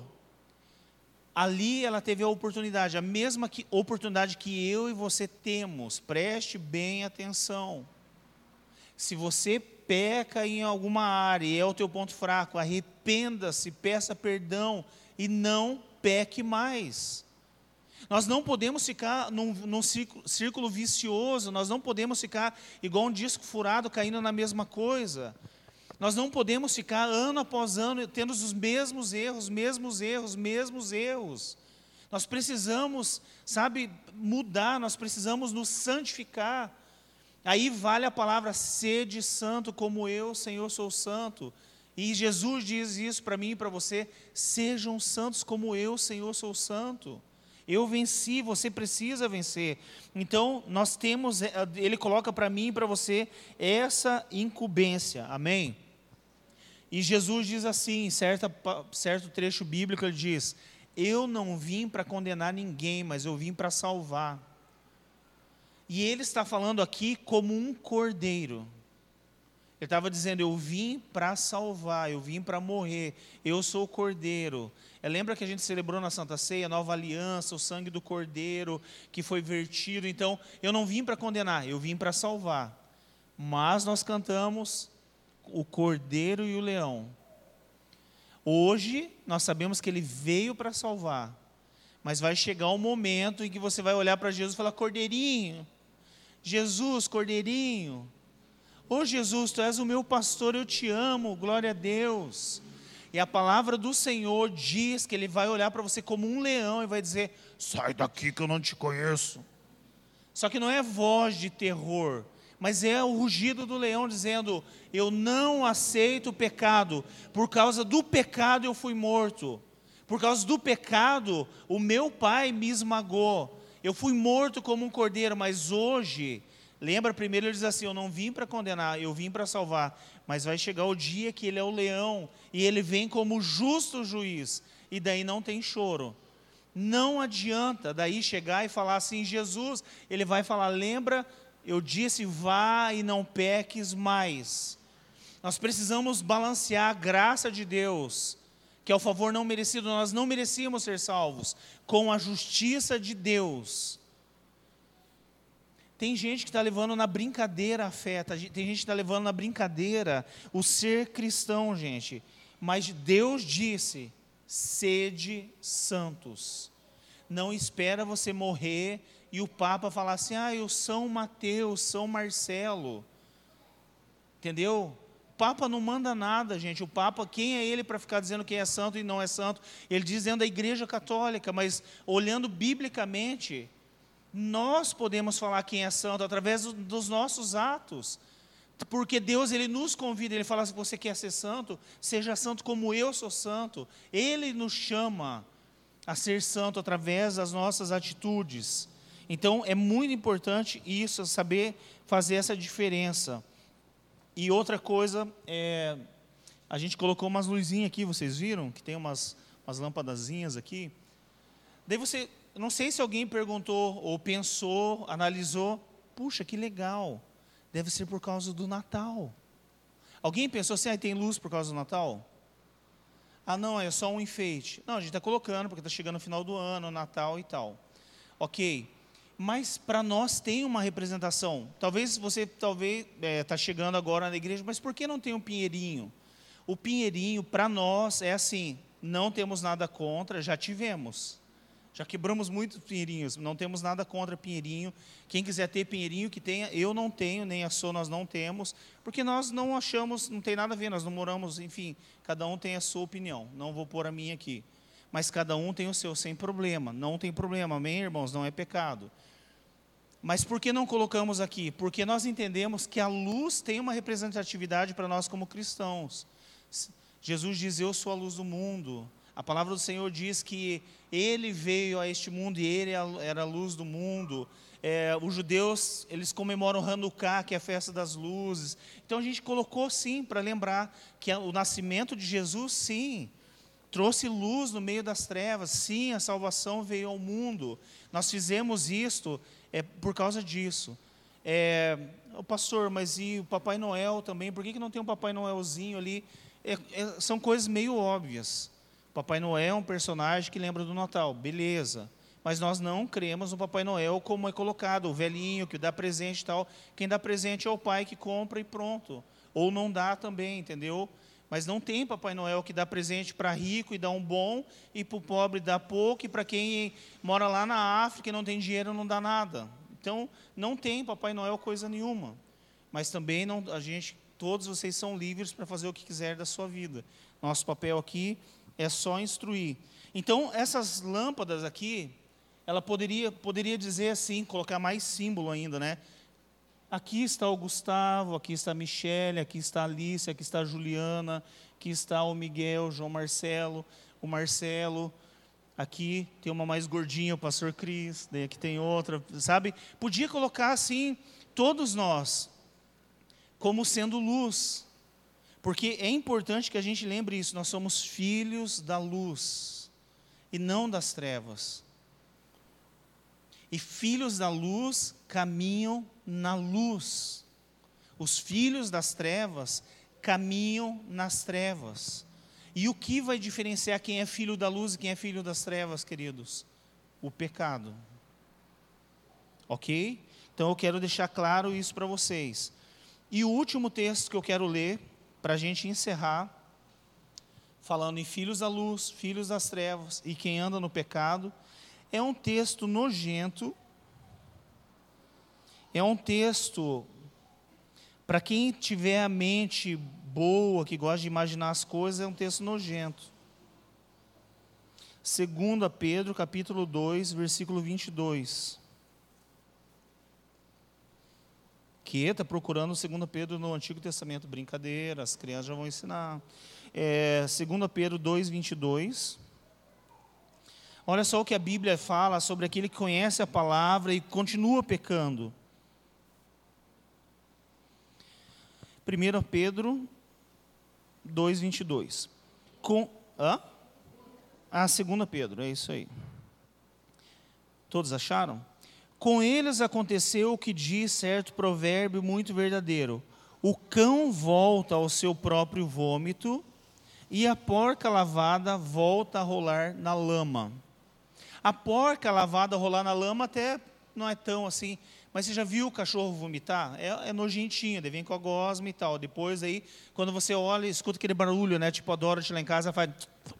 Ali ela teve a oportunidade, a mesma que, oportunidade que eu e você temos. Preste bem atenção. Se você peca em alguma área e é o teu ponto fraco, arrependa-se, peça perdão e não peque mais. Nós não podemos ficar num, num círculo, círculo vicioso, nós não podemos ficar igual um disco furado caindo na mesma coisa. Nós não podemos ficar ano após ano tendo os mesmos erros, mesmos erros, mesmos erros. Nós precisamos, sabe, mudar, nós precisamos nos santificar. Aí vale a palavra: sede santo como eu, Senhor, sou santo. E Jesus diz isso para mim e para você: sejam santos como eu, Senhor, sou santo. Eu venci, você precisa vencer. Então, nós temos, Ele coloca para mim e para você essa incumbência, amém? E Jesus diz assim, em certa, certo trecho bíblico, Ele diz: eu não vim para condenar ninguém, mas eu vim para salvar. E Ele está falando aqui como um cordeiro. Ele estava dizendo: eu vim para salvar, eu vim para morrer, eu sou o cordeiro. É, lembra que a gente celebrou na Santa Ceia, a nova aliança, o sangue do cordeiro que foi vertido. Então, eu não vim para condenar, eu vim para salvar. Mas nós cantamos o cordeiro e o leão. Hoje, nós sabemos que Ele veio para salvar. Mas vai chegar um momento em que você vai olhar para Jesus e falar: cordeirinho, Jesus, cordeirinho. Ô Jesus, Tu és o meu pastor, eu te amo, glória a Deus. E a palavra do Senhor diz que Ele vai olhar para você como um leão e vai dizer: sai daqui que eu não te conheço. Só que não é voz de terror, mas é o rugido do leão dizendo: eu não aceito o pecado, por causa do pecado eu fui morto. Por causa do pecado, o meu pai me esmagou. Eu fui morto como um cordeiro, mas hoje... Lembra, primeiro ele diz assim: eu não vim para condenar, eu vim para salvar. Mas vai chegar o dia que Ele é o leão, e Ele vem como justo juiz, e daí não tem choro. Não adianta daí chegar e falar assim: Jesus, Ele vai falar: lembra, eu disse, vá e não peques mais. Nós precisamos balancear a graça de Deus, que é o favor não merecido, nós não merecíamos ser salvos, com a justiça de Deus. Tem gente que está levando na brincadeira a fé, tem gente que está levando na brincadeira o ser cristão, gente. Mas Deus disse: sede santos. Não espera você morrer e o Papa falar assim: ah, eu São Mateus, São Marcelo. Entendeu? O Papa não manda nada, gente. O Papa, quem é ele para ficar dizendo quem é santo e não é santo? Ele diz dentro da Igreja Católica, mas olhando biblicamente... Nós podemos falar quem é santo através dos nossos atos, porque Deus, Ele nos convida, Ele fala: se você quer ser santo, seja santo como eu sou santo. Ele nos chama a ser santo através das nossas atitudes. Então é muito importante isso, saber fazer essa diferença. E outra coisa, é, a gente colocou umas luzinhas aqui, vocês viram? Que tem umas, umas lampadazinhas aqui. Daí você... Não sei se alguém perguntou, ou pensou, analisou, puxa, que legal, deve ser por causa do Natal. Alguém pensou assim, ah, tem luz por causa do Natal? Ah, não, é só um enfeite. Não, a gente está colocando, porque está chegando o final do ano, Natal e tal. Ok, mas para nós tem uma representação. Talvez você talvez está é, chegando agora na igreja, mas por que não tem um pinheirinho? O pinheirinho, para nós, é assim, não temos nada contra, já tivemos. Já quebramos muitos pinheirinhos, não temos nada contra pinheirinho. Quem quiser ter pinheirinho, que tenha. Eu não tenho, nem a Sô nós não temos, porque nós não achamos, não tem nada a ver, nós não moramos, enfim, cada um tem a sua opinião, não vou pôr a minha aqui. Mas cada um tem o seu, sem problema, não tem problema, amém, irmãos? Não é pecado. Mas por que não colocamos aqui? Porque nós entendemos que a luz tem uma representatividade para nós como cristãos. Jesus diz, eu sou a luz do mundo. A palavra do Senhor diz que Ele veio a este mundo e Ele era a luz do mundo. É, os judeus, eles comemoram Hanukkah, que é a festa das luzes. Então a gente colocou sim, para lembrar que o nascimento de Jesus, sim, trouxe luz no meio das trevas. Sim, a salvação veio ao mundo. Nós fizemos isto é, por causa disso. É, o pastor, mas e o Papai Noel também? Por que, que não tem um Papai Noelzinho ali? É, é, são coisas meio óbvias. Papai Noel é um personagem que lembra do Natal, beleza. Mas nós não cremos no Papai Noel como é colocado, o velhinho que dá presente e tal. Quem dá presente é o pai que compra e pronto. Ou não dá também, entendeu? Mas não tem Papai Noel que dá presente para rico e dá um bom, e para o pobre dá pouco, e para quem mora lá na África e não tem dinheiro não dá nada. Então, não tem Papai Noel coisa nenhuma. Mas também, não, a gente, todos vocês são livres para fazer o que quiser da sua vida. Nosso papel aqui é só instruir. Então, essas lâmpadas aqui, ela poderia, poderia dizer assim, colocar mais símbolo ainda, né? Aqui está o Gustavo, aqui está a Michele, aqui está a Alice, aqui está a Juliana, aqui está o Miguel, o João Marcelo, o Marcelo. Aqui tem uma mais gordinha, o pastor Cris, daí aqui tem outra, sabe? Podia colocar assim, todos nós, como sendo luz. Porque é importante que a gente lembre isso, nós somos filhos da luz e não das trevas. E filhos da luz caminham na luz. Os filhos das trevas caminham nas trevas. E o que vai diferenciar quem é filho da luz e quem é filho das trevas, queridos? O pecado. Ok? Então eu quero deixar claro isso para vocês. E o último texto que eu quero ler, para a gente encerrar, falando em filhos da luz, filhos das trevas e quem anda no pecado, é um texto nojento, é um texto, para quem tiver a mente boa, que gosta de imaginar as coisas, é um texto nojento. Segunda Pedro, capítulo dois, versículo vinte e dois. Que está procurando Segunda Pedro no Antigo Testamento, brincadeira, as crianças já vão ensinar. É, Segunda Pedro dois, vinte e dois. Olha só o que a Bíblia fala sobre aquele que conhece a palavra e continua pecando. Primeira Pedro dois, vinte e dois. Com, hã? Ah, Segunda Pedro, é isso aí. Todos acharam? Com eles aconteceu o que diz certo provérbio muito verdadeiro: o cão volta ao seu próprio vômito, e a porca lavada volta a rolar na lama. A porca lavada a rolar na lama até não é tão assim, mas você já viu o cachorro vomitar? É, é nojentinho, ele vem com a gosma e tal. Depois aí, quando você olha, escuta aquele barulho, né? Tipo a Dorothy lá em casa faz...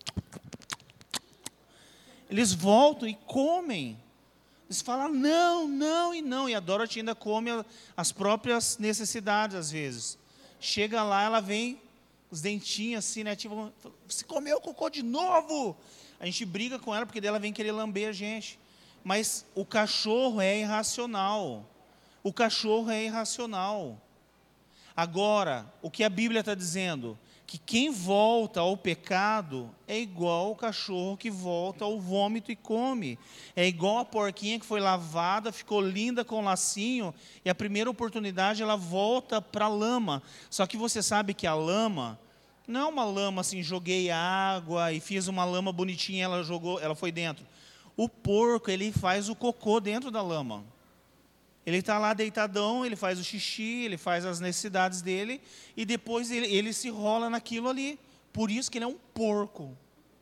Eles voltam e comem. Eles falam não, não e não. E a Dorothy ainda come as próprias necessidades, às vezes. Chega lá, ela vem, os dentinhos assim, né? Tipo, você comeu cocô de novo? A gente briga com ela, porque dela vem querer lamber a gente. Mas o cachorro é irracional. O cachorro é irracional. Agora, o que a Bíblia está dizendo? Que quem volta ao pecado é igual o cachorro que volta ao vômito e come. É igual a porquinha que foi lavada, ficou linda com lacinho, e a primeira oportunidade ela volta para a lama. Só que você sabe que a lama não é uma lama assim, joguei água e fiz uma lama bonitinha, ela jogou, ela foi dentro. O porco, ele faz o cocô dentro da lama. Ele está lá deitadão, ele faz o xixi, ele faz as necessidades dele, e depois ele, ele se rola naquilo ali. Por isso que ele é um porco.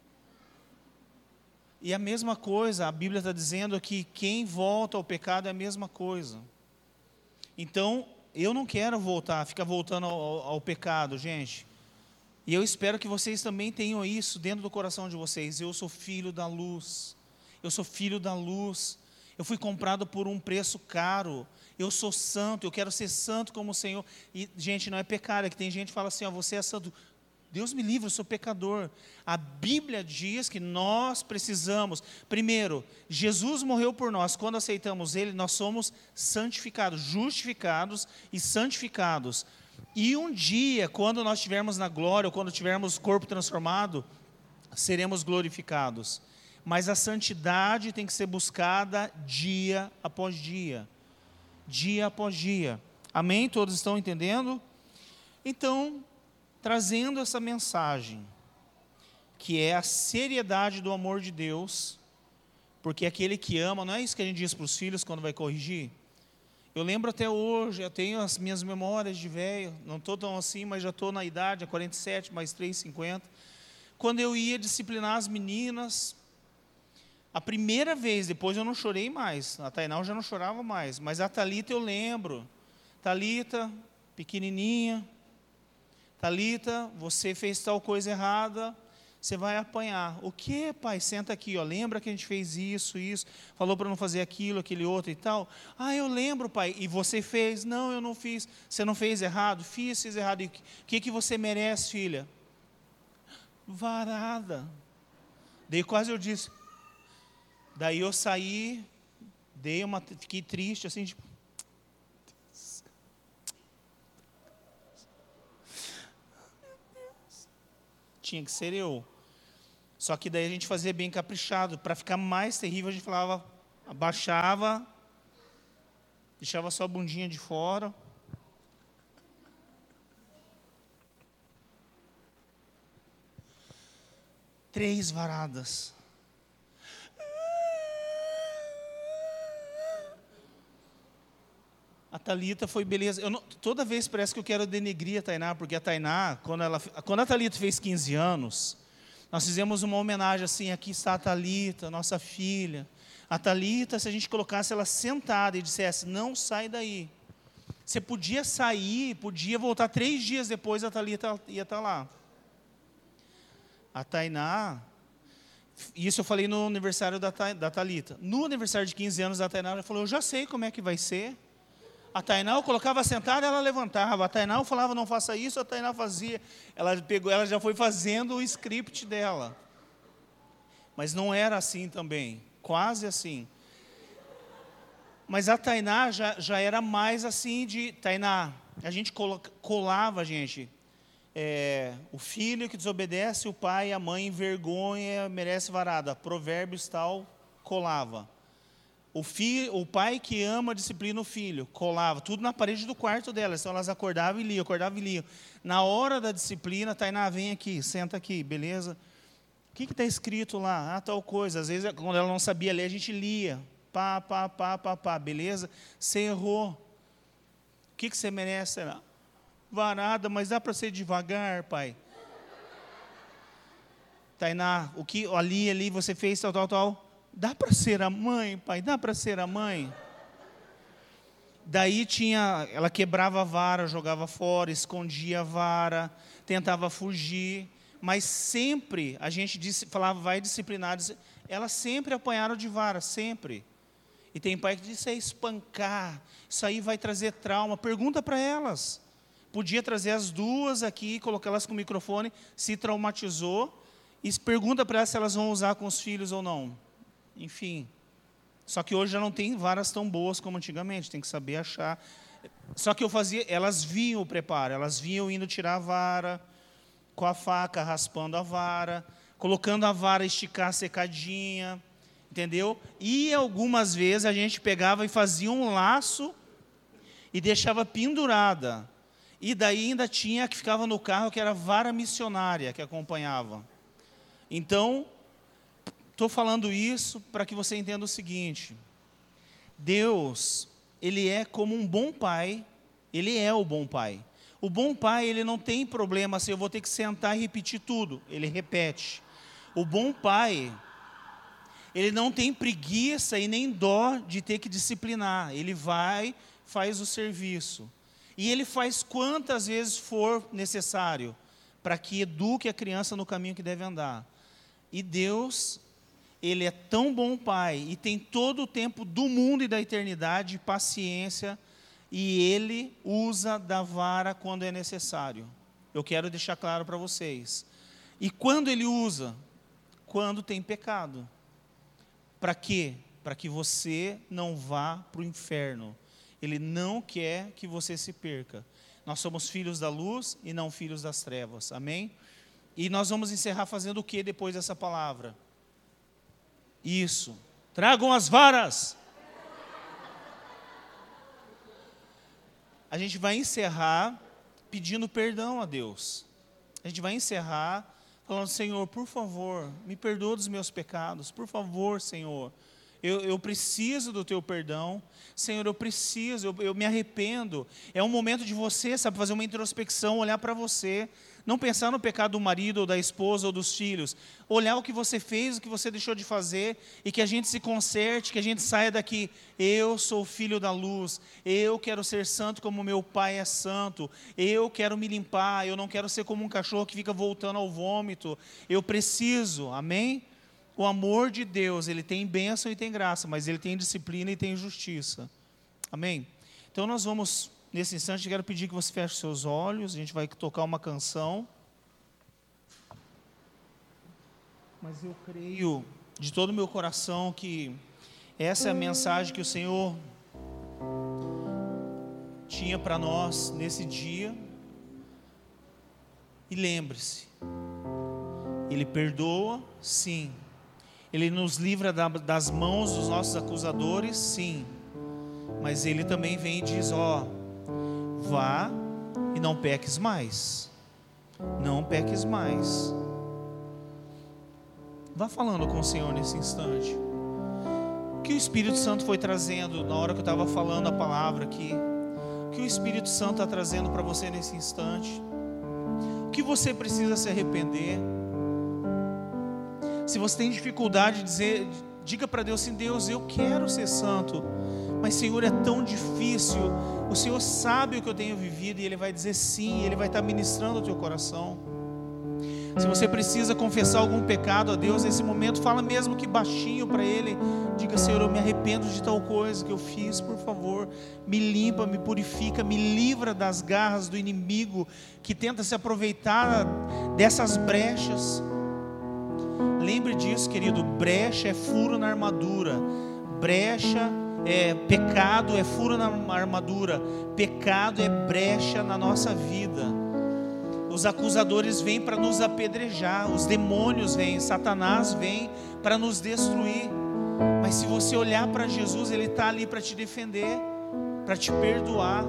E a mesma coisa, a Bíblia está dizendo que quem volta ao pecado é a mesma coisa. Então, eu não quero voltar, ficar voltando ao, ao, ao pecado, gente. E eu espero que vocês também tenham isso dentro do coração de vocês. Eu sou filho da luz. Eu sou filho da luz. Eu fui comprado por um preço caro. Eu sou santo, eu quero ser santo como o Senhor. E, gente, não é pecado, é que tem gente que fala assim, ó, você é santo. Deus me livre, eu sou pecador. A Bíblia diz que nós precisamos, primeiro, Jesus morreu por nós, quando aceitamos Ele, nós somos santificados, justificados e santificados. E um dia, quando nós estivermos na glória, ou quando tivermos o corpo transformado, seremos glorificados. Mas a santidade tem que ser buscada dia após dia. Dia após dia. Amém? Todos estão entendendo? Então, trazendo essa mensagem, que é a seriedade do amor de Deus, porque aquele que ama, não é isso que a gente diz para os filhos quando vai corrigir? Eu lembro até hoje, eu tenho as minhas memórias de velho, não estou tão assim, mas já estou na idade, a quarenta e sete, mais três, cinquenta. Quando eu ia disciplinar as meninas, a primeira vez, depois eu não chorei mais, a Tainá eu já não chorava mais, mas a Thalita eu lembro, Thalita, pequenininha, Thalita, você fez tal coisa errada, você vai apanhar. O que, pai? Senta aqui, ó. Lembra que a gente fez isso, isso, falou para não fazer aquilo, aquele outro e tal? Ah, eu lembro, pai. E você fez? Não, eu não fiz. Você não fez errado? Fiz, fiz errado. E o que, que você merece, filha? Varada. Daí quase eu disse. Daí eu saí, dei uma, fiquei triste, assim, tipo, tinha que ser eu. Só que daí a gente fazia bem caprichado. Para ficar mais terrível, a gente falava, abaixava, deixava só a bundinha de fora. Três varadas. A Thalita foi beleza. Eu não, toda vez parece que eu quero denegrir a Tainá, porque a Tainá, quando, ela, quando a Thalita fez quinze anos, nós fizemos uma homenagem assim, aqui está a Thalita, nossa filha. A Thalita, se a gente colocasse ela sentada e dissesse, não sai daí. Você podia sair, podia voltar três dias depois, a Thalita ia estar lá. A Tainá, isso eu falei no aniversário da, da Thalita. No aniversário de quinze anos da Tainá, ela falou, eu já sei como é que vai ser. A Tainá eu colocava sentada, ela levantava. A Tainá eu falava, não faça isso, a Tainá fazia. Ela pegou, ela já foi fazendo o script dela. Mas não era assim também, quase assim. Mas a Tainá já, já era mais assim de... Tainá, a gente colava, gente, é, o filho que desobedece, o pai e a mãe envergonha, merece varada. Provérbios tal, colava. O, filho, o pai que ama disciplina o filho, colava, tudo na parede do quarto delas. Então elas acordavam e liam, acordavam e liam. Na hora da disciplina, Tainá, vem aqui, senta aqui, beleza? O que está escrito lá? Ah, tal coisa. Às vezes, quando ela não sabia ler, a gente lia. Pá, pá, pá, pá, pá, beleza? Você errou. O que, que você merece? Será? Varada, mas dá para ser devagar, pai? Tainá, o que ali, ali você fez, tal, tal, tal. Dá para ser a mãe, pai? Dá para ser a mãe? Daí tinha, ela quebrava a vara, jogava fora, escondia a vara, tentava fugir, mas sempre, a gente disse, falava, vai disciplinar, elas sempre apanharam de vara, sempre. E tem pai que diz, isso é espancar, isso aí vai trazer trauma. Pergunta para elas. Podia trazer as duas aqui, colocá-las com o microfone, se traumatizou, e pergunta para elas se elas vão usar com os filhos ou não. Enfim, só que hoje já não tem varas tão boas como antigamente, tem que saber achar. Só que eu fazia, elas viam o preparo, elas vinham indo tirar a vara, com a faca raspando a vara, colocando a vara esticar secadinha, entendeu? E algumas vezes a gente pegava e fazia um laço e deixava pendurada. E daí ainda tinha a que ficava no carro, que era a vara missionária que acompanhava. Então, estou falando isso para que você entenda o seguinte: Deus, ele é como um bom pai, ele é o bom pai. O bom pai, ele não tem problema assim, eu vou ter que sentar e repetir tudo, ele repete. O bom pai, ele não tem preguiça e nem dó de ter que disciplinar, ele vai, faz o serviço. E ele faz quantas vezes for necessário, para que eduque a criança no caminho que deve andar. E Deus, ele é tão bom pai, e tem todo o tempo do mundo e da eternidade, paciência, e ele usa da vara quando é necessário. Eu quero deixar claro para vocês. E quando ele usa? Quando tem pecado. Para quê? Para que você não vá para o inferno. Ele não quer que você se perca. Nós somos filhos da luz e não filhos das trevas. Amém? E nós vamos encerrar fazendo o que depois dessa palavra? Isso. Tragam as varas. A gente vai encerrar pedindo perdão a Deus. A gente vai encerrar falando, Senhor, por favor, me perdoa dos meus pecados. Por favor, Senhor, eu, eu preciso do teu perdão. Senhor, eu preciso, eu, eu me arrependo. É um momento de você, sabe, fazer uma introspecção, olhar para você. Não pensar no pecado do marido, ou da esposa, ou dos filhos. Olhar o que você fez, o que você deixou de fazer, e que a gente se conserte, que a gente saia daqui. Eu sou filho da luz, eu quero ser santo como meu pai é santo, eu quero me limpar, eu não quero ser como um cachorro que fica voltando ao vômito. Eu preciso, amém? O amor de Deus, ele tem bênção e tem graça, mas ele tem disciplina e tem justiça. Amém? Então nós vamos... Nesse instante, eu quero pedir que você feche seus olhos, a gente vai tocar uma canção. Mas eu creio de todo o meu coração que essa é a mensagem que o Senhor tinha para nós nesse dia. E lembre-se, Ele perdoa, sim. Ele nos livra da, das mãos dos nossos acusadores, sim. Mas Ele também vem e diz, ó... vá e não peques mais. Não peques mais. Vá falando com o Senhor nesse instante. O que o Espírito Santo foi trazendo na hora que eu estava falando a palavra aqui? O que o Espírito Santo está trazendo para você nesse instante? O que você precisa se arrepender? Se você tem dificuldade de dizer, diga para Deus assim, Deus, eu quero ser santo, mas Senhor, é tão difícil. O Senhor sabe o que eu tenho vivido, e Ele vai dizer sim, Ele vai estar ministrando o teu coração. Se você precisa confessar algum pecado a Deus nesse momento, fala mesmo que baixinho para Ele, diga, Senhor, eu me arrependo de tal coisa que eu fiz, por favor, me limpa, me purifica, me livra das garras do inimigo, que tenta se aproveitar dessas brechas. Lembre disso, querido, brecha é furo na armadura, brecha é pecado, é furo na armadura, pecado é brecha na nossa vida. Os acusadores vêm para nos apedrejar, os demônios vêm, Satanás vem para nos destruir, mas se você olhar para Jesus, Ele está ali para te defender, para te perdoar.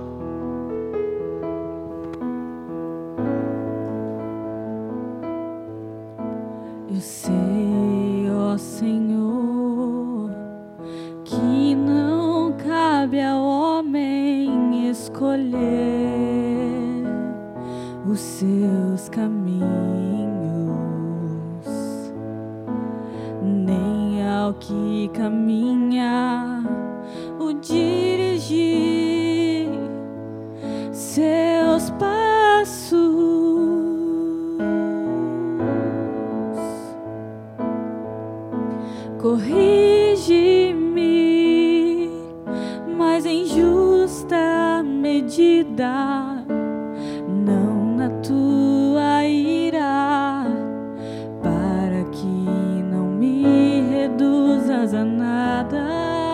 Eu sei, ó Senhor, que não cabe ao homem escolher os seus caminhos, nem ao que caminha o dirigir seus passos. Corrige-me, mas em justa medida, não na tua ira, para que não me reduzas a nada.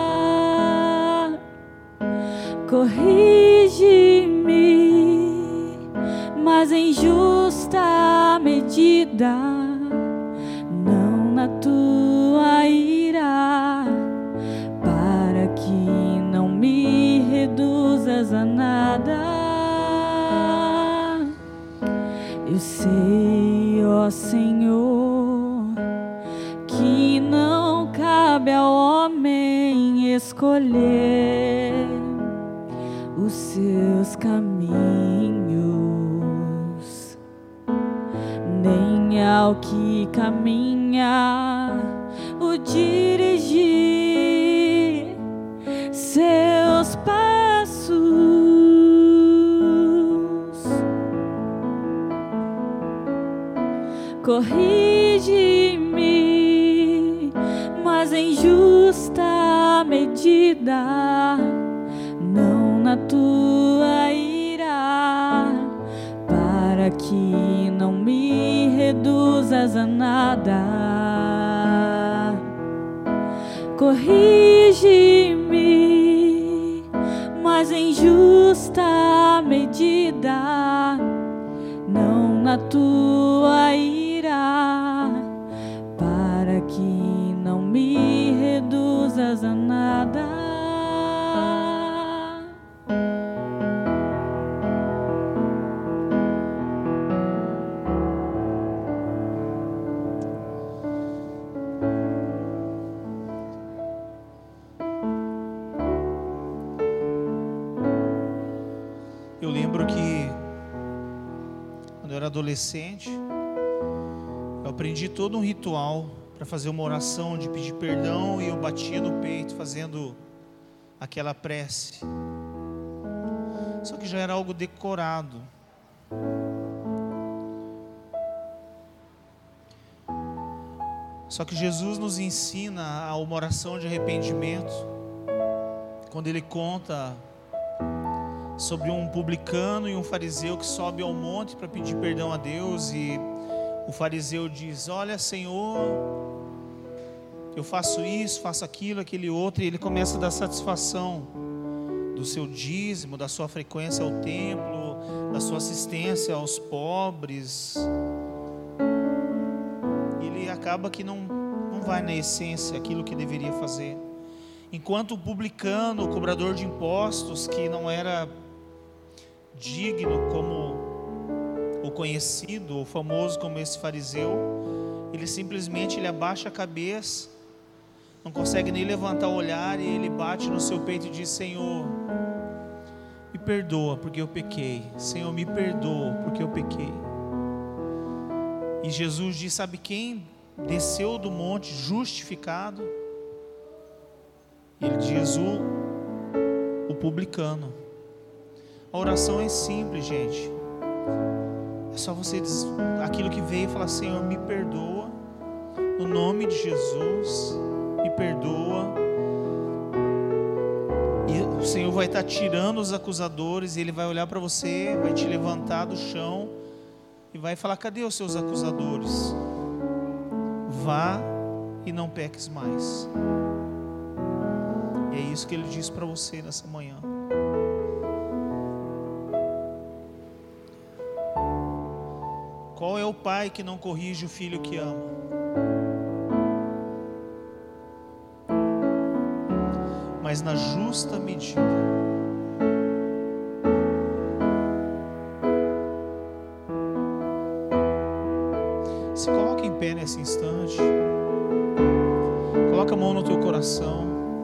Corrige-me, mas em justa medida, não na tua ira, para que não me reduzas a nada. Eu sei, ó Senhor, que não cabe ao homem escolher os seus caminhos, nem ao que caminha o dirigir seus passos. Corrige-me, mas em justa medida, não na tua ira, para que não me reduzas a nada. Corrige-me, mas em justa medida, não na tua ira, para que não me reduzas a nada. Eu lembro que quando eu era adolescente, eu aprendi todo um ritual para fazer uma oração de pedir perdão, e eu batia no peito fazendo aquela prece. Só que já era algo decorado. Só que Jesus nos ensina a uma oração de arrependimento quando Ele conta sobre um publicano e um fariseu que sobe ao monte para pedir perdão a Deus, e o fariseu diz: olha, Senhor, eu faço isso, faço aquilo, aquele outro, e ele começa a dar satisfação do seu dízimo, da sua frequência ao templo, da sua assistência aos pobres. E ele acaba que não, não vai na essência aquilo que deveria fazer. Enquanto o publicano, o cobrador de impostos, que não era digno como o conhecido, ou famoso como esse fariseu, ele simplesmente ele abaixa a cabeça, não consegue nem levantar o olhar, e ele bate no seu peito e diz: Senhor, me perdoa porque eu pequei. Senhor, me perdoa porque eu pequei. E Jesus diz: sabe quem desceu do monte justificado? Ele diz: o, o publicano. A oração é simples, gente. É só você dizer aquilo que veio e falar: Senhor, me perdoa, no nome de Jesus, me perdoa. E o Senhor vai estar tirando os acusadores, e Ele vai olhar para você, vai te levantar do chão e vai falar: cadê os seus acusadores? Vá e não peques mais. E é isso que Ele diz para você nessa manhã. Qual é o pai que não corrige o filho que ama? Mas na justa medida. Se coloca em pé nesse instante. Coloca a mão no teu coração.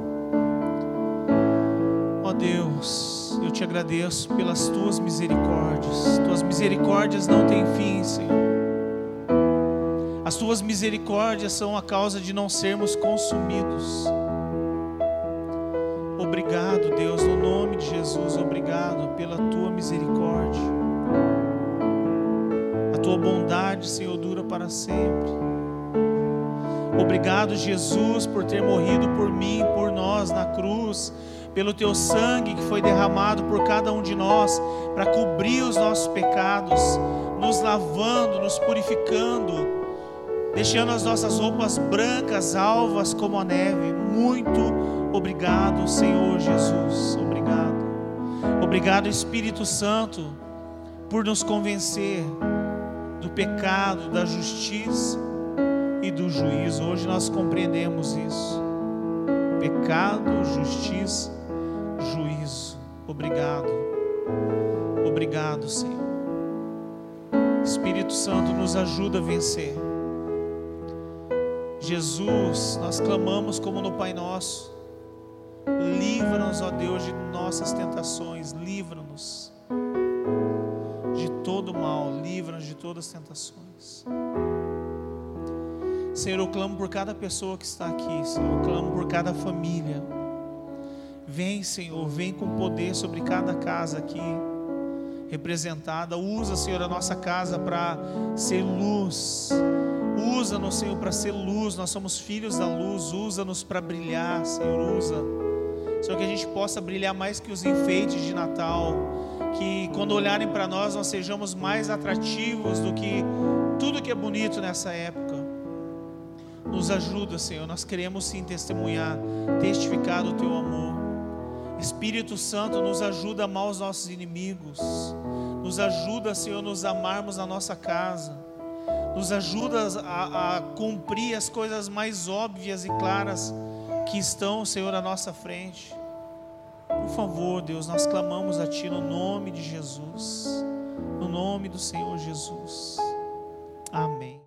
Ó Deus, eu te agradeço pelas tuas misericórdias. Tuas misericórdias não têm fim, Senhor. As tuas misericórdias são a causa de não sermos consumidos. Obrigado, Deus, no nome de Jesus, obrigado pela tua misericórdia. A tua bondade, Senhor, dura para sempre. Obrigado, Jesus, por ter morrido por mim, por nós na cruz, pelo teu sangue que foi derramado por cada um de nós, para cobrir os nossos pecados, nos lavando, nos purificando, deixando as nossas roupas brancas, alvas como a neve. Muito obrigado, Senhor Jesus, obrigado. Obrigado, Espírito Santo, por nos convencer do pecado, da justiça e do juízo. Hoje nós compreendemos isso. Pecado, justiça, juízo. Obrigado. Obrigado, Senhor. Espírito Santo, nos ajuda a vencer. Jesus, nós clamamos como no Pai Nosso: livra livra-nos, ó Deus, de nossas tentações, livra-nos de todo mal, livra-nos de todas as tentações. Senhor, eu clamo por cada pessoa que está aqui, Senhor, eu clamo por cada família. Vem, Senhor, vem com poder sobre cada casa aqui representada. Usa, Senhor, a nossa casa para ser luz. Usa-nos, Senhor, para ser luz. Nós somos filhos da luz. Usa-nos para brilhar, Senhor, usa. Senhor, que a gente possa brilhar mais que os enfeites de Natal. Que quando olharem para nós, nós sejamos mais atrativos do que tudo que é bonito nessa época. Nos ajuda, Senhor, nós queremos sim testemunhar, testificar do Teu amor. Espírito Santo, nos ajuda a amar os nossos inimigos. Nos ajuda, Senhor, a nos amarmos na nossa casa. Nos ajuda a, a cumprir as coisas mais óbvias e claras que estão, Senhor, à nossa frente. Por favor, Deus, nós clamamos a Ti no nome de Jesus. No nome do Senhor Jesus. Amém.